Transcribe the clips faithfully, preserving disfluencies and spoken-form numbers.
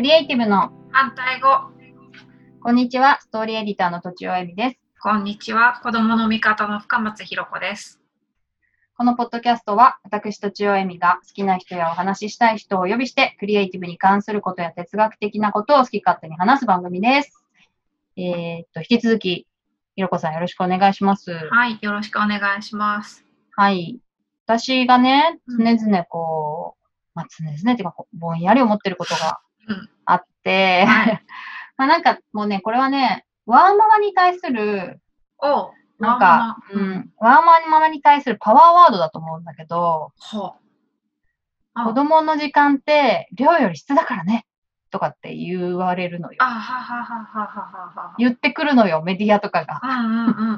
クリエイティブの反対語。 こんにちは、ストーリーエディターのとちおえみです。 こんにちは、子供の味方の深松ひろ子です。 このポッドキャストは私とちおえみが好きな人やお話ししたい人をお呼びしてクリエイティブに関することや哲学的なことを好き勝手に話す番組です。えー、っと、引き続きひろこさんよろしくお願いします。 はい、よろしくお願いします。 はい。私がね、常々こう、まあ、常々っていうか、ぼんやり思ってることがあって、うんはい、まあなんかもうね、これはね、ワーママに対する、 おなんか、うん、うん、ワーママに対するパワーワードだと思うんだけど、 はあ、子供の時間って量より質だからね、とかって言われるのよ。 あはははははは言ってくるのよ、メディアとかが。 うんうんうんうんうん。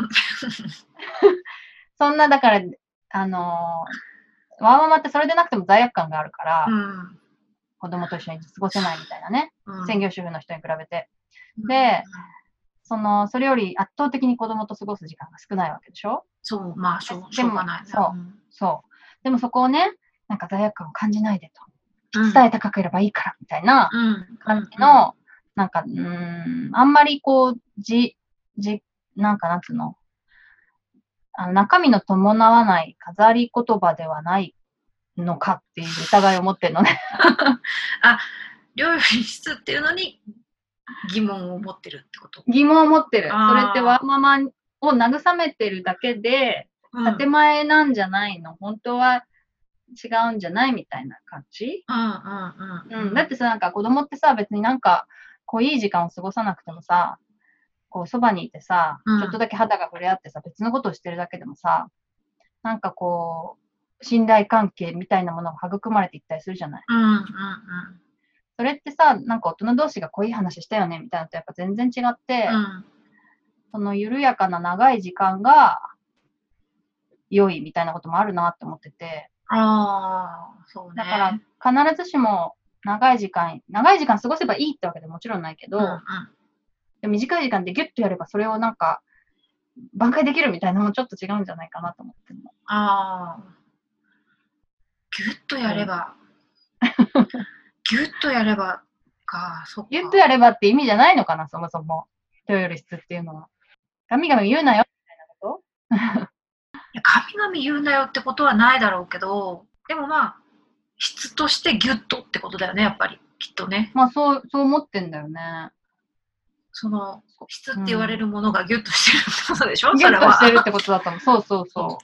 そんな、だから、あのー、ワーママってそれでなくても罪悪感があるから、うん、子供と一緒に過ごせないみたいなね、うん、専業主婦の人に比べて。で、その、それより圧倒的に子供と過ごす時間が少ないわけでしょ？ そう、まあ、しょう、しょうがないね。 そう、うん、そう。でもそこをね、なんか罪悪感を感じないでと。伝え高ければいいから、みたいな感じの、うんうんうん、なんか、うーん、あんまりこう、じ、じ、なんかなんつうの、あの中身の伴わない飾り言葉ではないのかっていう疑いを持ってるのね。 あ、量より質っていうのに疑問を持ってるってこと？ 疑問を持ってる。それってワーママを慰めてるだけで、建前なんじゃないの、うん、本当は違うんじゃないみたいな感じ、 うんうんうんうん、 だってさ、なんか子供ってさ、別になんかこういい時間を過ごさなくてもさ、こうそばにいてさ、うん、ちょっとだけ肌が触れ合ってさ、別のことをしてるだけでもさ、なんかこう信頼関係みたいなものが育まれていったりするじゃない、 うんうんうん、 それってさ、なんか大人同士がこういう話したよねみたいなのとやっぱ全然違って、うん、その緩やかな長い時間が良いみたいなこともあるなって思ってて。 ああ、そうね。 だから必ずしも長い時間、長い時間過ごせばいいってわけでもちろんないけど、うんうん、で短い時間でギュッとやればそれをなんか挽回できるみたいなのもちょっと違うんじゃないかなと思ってるの。 ああ。ギュッとやれば。ギュッとやればか、そっか。 ギュッとやればって意味じゃないのかな、そもそも。量より質っていうのは。神々言うなよみたいなこといや神々言うなよってことはないだろうけど、でもまあ、質としてギュッとってことだよね、やっぱり。きっとね。 まあそう、そう思ってんだよね。 その、質って言われるものがギュッとしてるってことでしょ、うん、 ギュッとしてるってことだったもん。そうそうそう。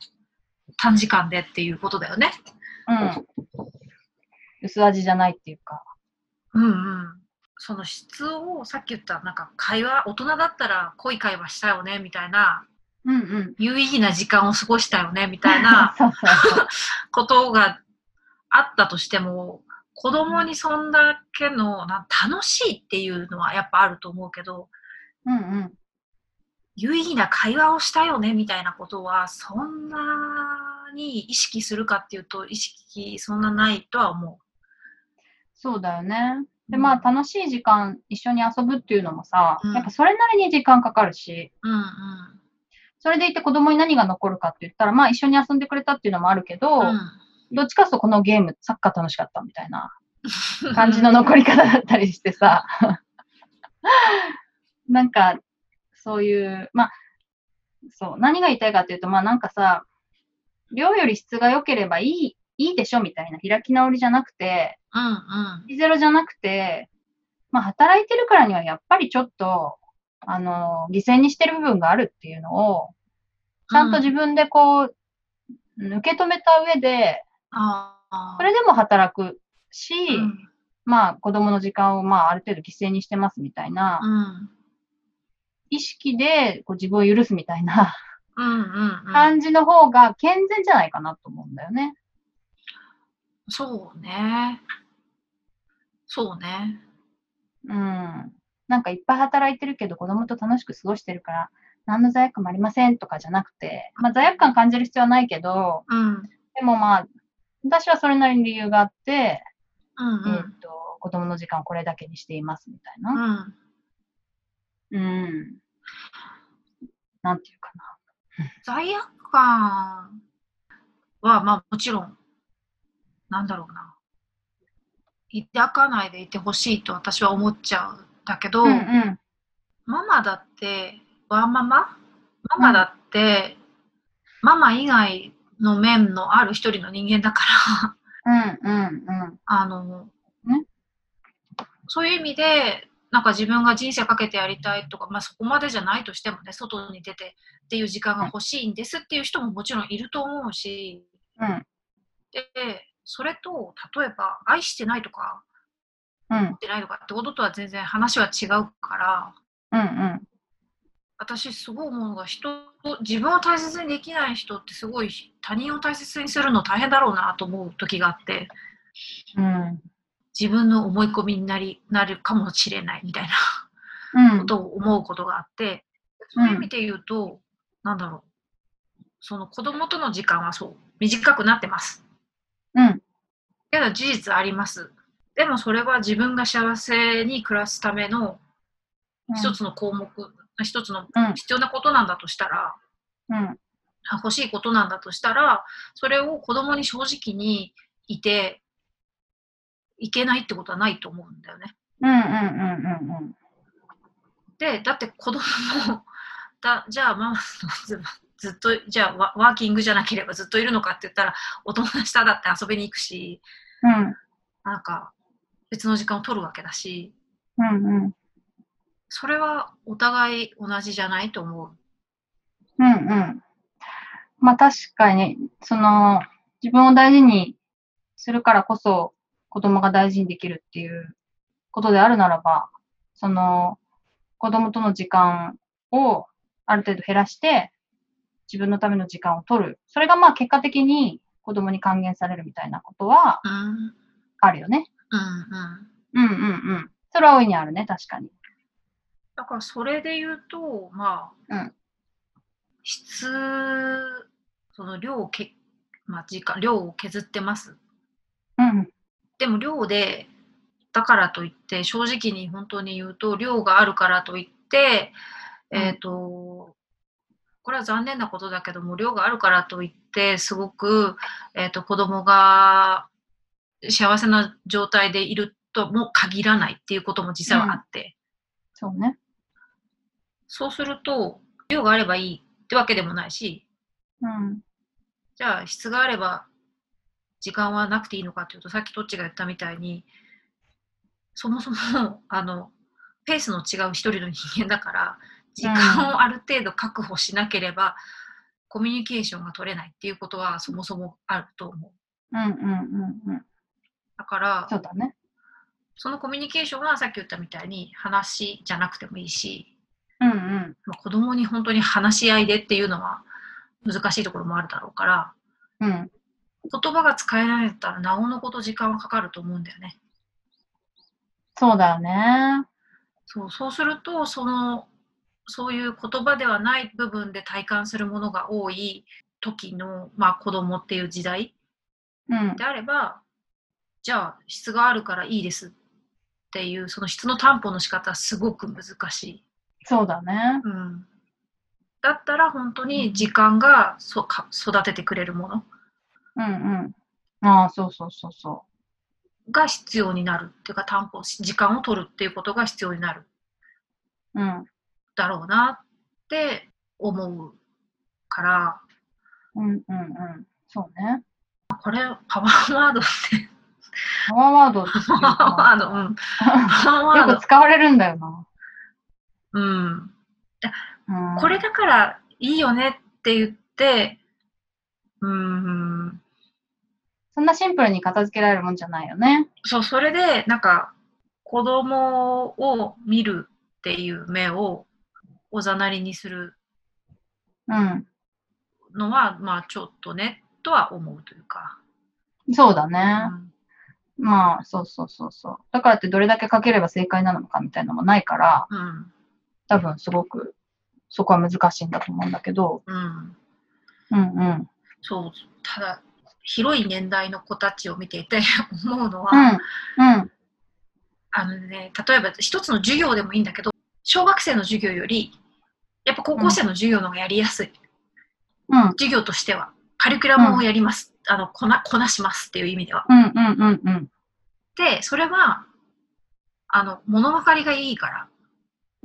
短時間でっていうことだよね。 うん。薄味じゃないっていうか。 うんうん。その質をさっき言ったなんか会話、大人だったら濃い会話したよねみたいな、 うんうん、 有意義な時間を過ごしたよねみたいなそうそうそうことがあったとしても、子供にそんだけのな楽しいっていうのはやっぱあると思うけど、 うんうん、 有意義な会話をしたよねみたいなことはそんなに意識するかっていうと意識そんなないとは思う。 そうだよね。で、まあ楽しい時間一緒に遊ぶっていうのもさ、うん、やっぱそれなりに時間かかるし、 うんうん、 それでいて子供に何が残るかって言ったら、まあ一緒に遊んでくれたっていうのもあるけど、うん、どっちかというとこのゲーム、サッカー楽しかったみたいな感じの残り方だったりしてさ、なんかそういう、まあ、そう、何が言いたいかっていうと、まあなんかさ、量より質が良ければいい、いいでしょみたいな開き直りじゃなくて、 うんうん、 ゼロじゃなくて、まあ働いてるからにはやっぱりちょっと、あの、犠牲にしてる部分があるっていうのを、ちゃんと自分でこう、うん、受け止めた上で、それでも働くし、うん、まあ子供の時間をまあある程度犠牲にしてますみたいな、うん、意識でこう自分を許すみたいな感じの方が健全じゃないかなと思うんだよね。 そうね。そうね。 うん。なんかいっぱい働いてるけど子供と楽しく過ごしてるから何の罪悪感もありませんとかじゃなくて、まあ罪悪感感じる必要はないけど、うん、でもまあ私はそれなりに理由があって、うんうん、えっと子供の時間をこれだけにしていますみたいな。うん。うん。なんていうかな。 罪悪感はまあもちろんなんだろうな。 抱かないでいてほしいと私は思っちゃうんだけど、 うんうん。 ママだってワンマママうんマだってママ以外の面のある一人の人間だからうんうんうん。 あのね。 そういう意味でなんか自分が人生かけてやりたいとか、まあ、そこまでじゃないとしてもね、外に出てっていう時間が欲しいんですっていう人ももちろんいると思うし、 うん。 でそれと例えば愛してないとかうん。 思ってないとかってこととは全然話は違うから、 うんうん。 私すごい思うのが、人自分を大切にできない人ってすごい他人を大切にするの大変だろうなと思う時があって、 うん。 自分の思い込みになりなるかもしれないみたいなうん。 ことを思うことがあって、そういう意味で言うと、なんだろう、その子供との時間はそう短くなってます。 うん。 けど事実あります。でもそれは自分が幸せに暮らすための一つの項目、一つの必要なことなんだとしたら、 うん。 欲しいことなんだとしたら、それを子供に正直にいていけないってことはないと思うんだよね。 うんうんうんうんうん。 で、だって子供もだじゃあママずずっとじゃあワーキングじゃなければずっといるのかって言ったら、お友達とだって遊びに行くし、 うん。 なんか別の時間を取るわけだし、 うんうん。 それはお互い同じじゃないと思う。 うんうん。まあ確かに、その、自分を大事にするからこそ子供が大事にできるっていうことであるならば、その、子供との時間をある程度減らして、自分のための時間を取る。それがまあ結果的に子供に還元されるみたいなことはうん、 あるよね。 うんうんうんうんうん。それは大いにあるね、確かに。 だからそれで言うと、まあ、 うん。 質、その量をけ、まあ、時間、量を削ってます。 うん。 でも量で、だからといって、正直に本当に言うと、量があるからといって、えっ、と、これは残念なことだけども、量があるからといって、すごく、えっ、と、子供が幸せな状態でいるとも限らないっていうことも実際はあって、 そうね。 そうすると、量があればいいってわけでもないし、 うん。 じゃあ質があれば時間はなくていいのかっていうと、さっきトッチが言ったみたいに、そもそもあのペースの違う一人の人間だから、時間をある程度確保しなければコミュニケーションが取れないっていうことはそもそもあると思う。 うんうんうんうん。 だからそうだね。 そのコミュニケーションはさっき言ったみたいに話じゃなくてもいいし、 うんうん。 まあ、子供に本当に話し合いでっていうのは難しいところもあるだろうから、 うん。 言葉が使えないんだったらなおのこと時間はかかると思うんだよね。 そうだよね。 そう、そうすると、その、そういう言葉ではない部分で体感するものが多い時の、まあ、子供っていう時代うん。 であれば、じゃあ質があるからいいですっていう、その質の担保の仕方はすごく難しい。 そうだね。 うん、だったら本当に時間がそか育ててくれるものうんうん。ああ、そうそうそうそが必要になるっていうか、担保時間を取るっていうことが必要になるう。うん。 だろうなって思うから、 うんうんうん。そうね。 これパワーワードってパワーワードっていうパワーワード、うん、パワーワードよく使われるんだよな。 うん、 うん。 これだからいいよねって言って、うん、 そんなシンプルに片付けられるもんじゃないよね。 そう、それでなんか子供を見るっていう目をおざなりにするうん。 のは、まあちょっとねとは思うというか。 そうだね。 うん、 まあ、そうそうそうそう。だからってどれだけかければ正解なのかみたいなのもないから、 うん、 多分すごくそこは難しいんだと思うんだけど、 うん、 うんうん。 そう、ただ広い年代の子たちを見ていて思うのは、 うん、うん。 あのね、例えば一つの授業でもいいんだけど、小学生の授業よりやっぱ高校生の授業の方がやりやすい。 うん。 授業としてはカリキュラムをやります、うん、あのこなこなしますっていう意味では。 うんうんうんうん。 で、それは、あの、物分かりがいいから、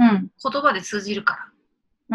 うん。 言葉で通じるから、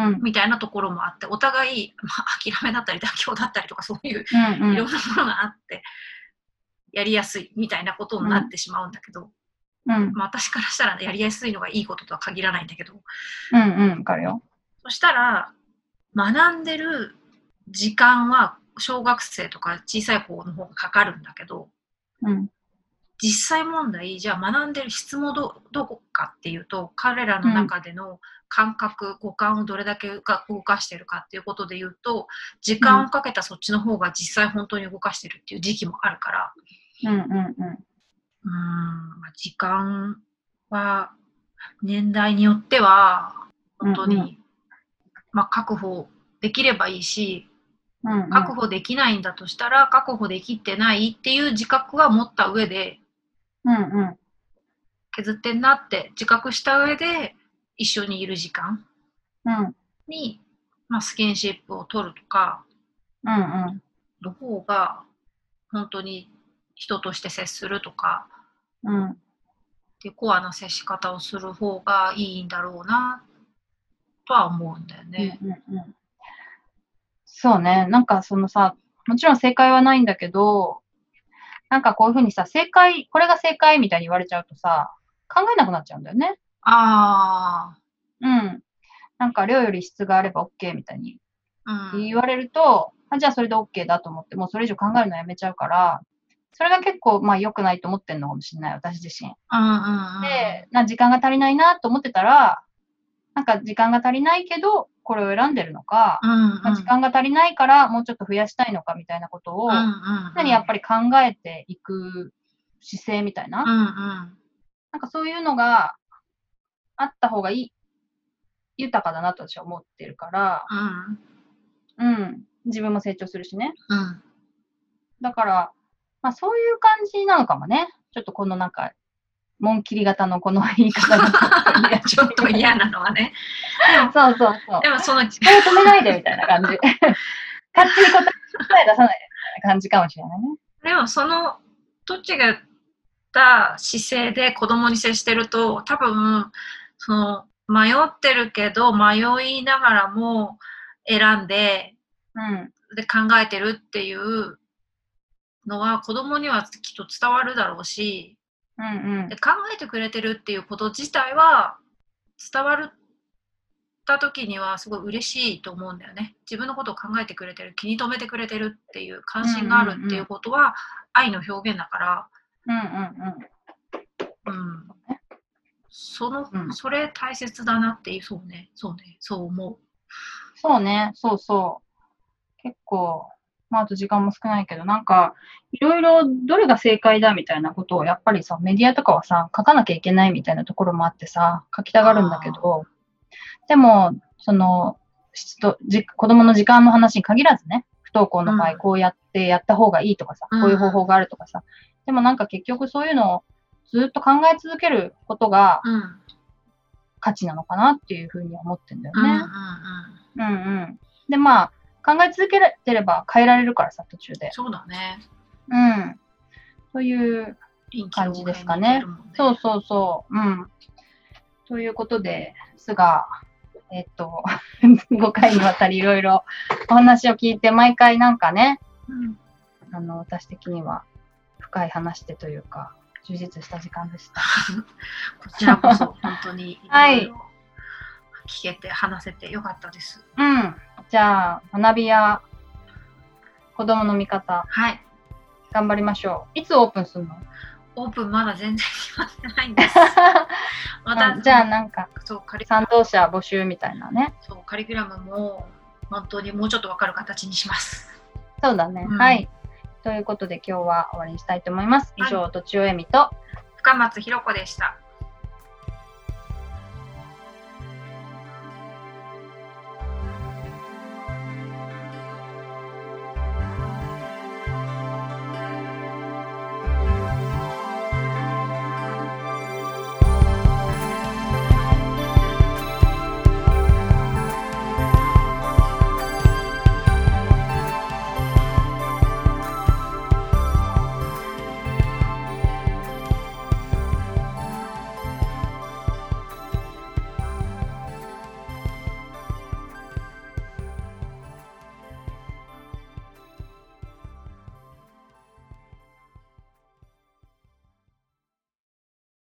うん。 みたいなところもあって、お互い、まあ、諦めだったり妥協だったりとか、そういううん。 いろんなものがあって、やりやすいみたいなことになってしまうんだけど、 うん。 まあ、私からしたらやりやすいのがいいこととは限らないんだけど、 うんうん、わかるよ。 そしたら、学んでる時間は小学生とか小さい子の方がかかるんだけど、 うん。 実際問題、じゃあ学んでる質も ど, どこかっていうと、彼らの中での感覚、五感をどれだけ動かしてるかっていうことで言うと、時間をかけたそっちの方が実際本当に動かしてるっていう時期もあるから、 うんうんうん。 うーん、時間は年代によっては本当に、うんうん、まあ、確保できればいいし、うんうん、確保できないんだとしたら確保できてないっていう自覚は持った上で、 うんうん、 削ってんなって自覚した上で一緒にいる時間に、うん、まあ、スキンシップを取るとか、うんうん、の方が本当に人として接するとか、うん、っていうコアな接し方をする方がいいんだろうなとは思うんだよね。 うんうんうん、そうね。なんかそのさ、もちろん正解はないんだけど、なんかこういうふうにさ、正解、これが正解みたいに言われちゃうとさ、考えなくなっちゃうんだよね。 ああ。 うん。なんか量より質があれば OK みたいに言われると、うん、あじゃあそれで OK だと思って、もうそれ以上考えるのやめちゃうから、それが結構まあ良くないと思ってんのかもしれない、私自身。 うんうんうん、 で、な時間が足りないなと思ってたら、なんか時間が足りないけど、これを選んでるのか、 うんうん、 まあ、時間が足りないからもうちょっと増やしたいのかみたいなことを、常にやっぱり考えていく姿勢みたいな、 うんうん、 なんかそういうのがあった方がいい、豊かだなと私は思ってるから、うん、うん、自分も成長するしね。 うん、 だから、まあそういう感じなのかもね。ちょっとこのなんか、紋切り型のこの言い方がちょっと嫌なのはね。 そうそうそう。 でもその、 手を止めないでみたいな感じ。勝手に答え出さないみたいな感じかもしれないね。 でもその、どっちが言った姿勢で子供に接してると、多分、その、迷ってるけど、迷いながらも選んで、 うん、 で考えてるっていうのは子供にはきっと伝わるだろうし、 うんうん、 で考えてくれてるっていうこと自体は伝わった時にはすごい嬉しいと思うんだよね。自分のことを考えてくれてる、気に留めてくれてるっていう関心があるっていうことは愛の表現だから、 うんうんうん、 うん、その、うん、それ大切だなっていう、そうね、そうね、そう思う。 そうね、そうそう。結構、まああと時間も少ないけど、なんか、いろいろどれが正解だみたいなことをやっぱりさ、メディアとかはさ、書かなきゃいけないみたいなところもあってさ、書きたがるんだけど、でも、その、じ子供の時間の話に限らずね、不登校の場合、こうやってやった方がいいとかさ、うん、こういう方法があるとかさ、でもなんか結局そういうのをずっと考え続けることが価値なのかなっていうふうに思ってんだよね。うんうん、うんうん。で、まあ、考え続けてれば変えられるからさ、途中で。 そうだね。 うん。という感じですかね。ねそうそうそう。うん。ということで、すが、えっと、ごかいにわたりいろいろお話を聞いて、毎回なんかね、うん、あの、私的には深い話でというか、充実した時間でした。 こちらこそ、本当にいろいろ聞けて、話せてよかったです。 うん。じゃあ、学びや子供の見方、 はい。 頑張りましょう。いつオープンするの？ オープンまだ全然決まってないんです。 またじゃあなんかそう賛同者募集みたいなね。 そうカリキュラムも本当にもうちょっと分かる形にします。 そうだね。うん、はい。ということで今日は終わりにしたいと思います。以上、はい、とちおえみと深松ひろ子でした。